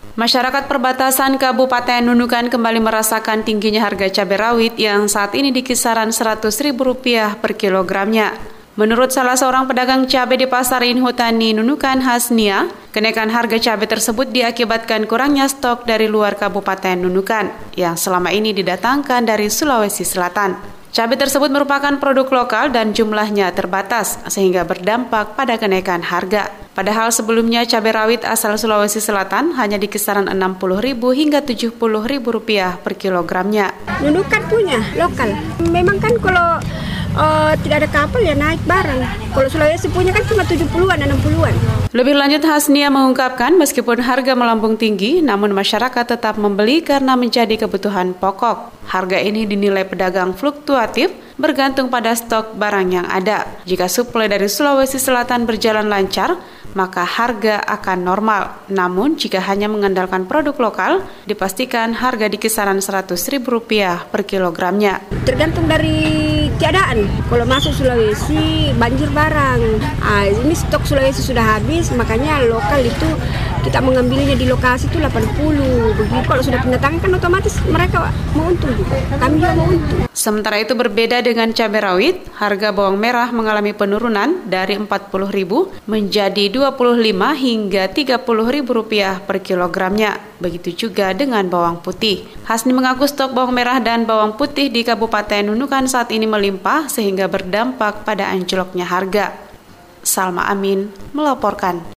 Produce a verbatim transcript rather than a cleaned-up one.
Masyarakat perbatasan Kabupaten Nunukan kembali merasakan tingginya harga cabai rawit yang saat ini di kisaran seratus ribu rupiah per kilogramnya. Menurut salah seorang pedagang cabai di Pasar Inhutani Nunukan, Hasnia, kenaikan harga cabai tersebut diakibatkan kurangnya stok dari luar Kabupaten Nunukan yang selama ini didatangkan dari Sulawesi Selatan. Cabai tersebut merupakan produk lokal dan jumlahnya terbatas sehingga berdampak pada kenaikan harga. Padahal sebelumnya cabai rawit asal Sulawesi Selatan hanya di kisaran enam puluh ribu hingga tujuh puluh ribu rupiah per kilogramnya. Nunukan punya lokal. Memang kan kalau uh, tidak ada kapal ya naik barang. Kalau Sulawesi punya kan cuma tujuh puluhan, enam puluhan. Lebih lanjut, Hasnia mengungkapkan meskipun harga melambung tinggi, namun masyarakat tetap membeli karena menjadi kebutuhan pokok. Harga ini dinilai pedagang fluktuatif bergantung pada stok barang yang ada. Jika suplai dari Sulawesi Selatan berjalan lancar, maka harga akan normal. Namun jika hanya mengandalkan produk lokal, dipastikan harga di kisaran seratus ribu rupiah per kilogramnya. Tergantung dari keadaan. Kalau masuk Sulawesi banjir barang. Ah, ini stok Sulawesi sudah habis, makanya lokal itu kita mengambilnya di lokasi itu delapan puluh. Begitu kalau sudah pendatangan kan otomatis mereka mau untung juga. Kami juga mau untung. Sementara itu berbeda dengan cabai rawit, harga bawang merah mengalami penurunan dari empat puluh ribu menjadi dua puluh lima hingga tiga puluh ribu rupiah per kilogramnya. Begitu juga dengan bawang putih. Hasni mengaku stok bawang merah dan bawang putih di Kabupaten Nunukan saat ini melimpah sehingga berdampak pada anjloknya harga. Salma Amin melaporkan.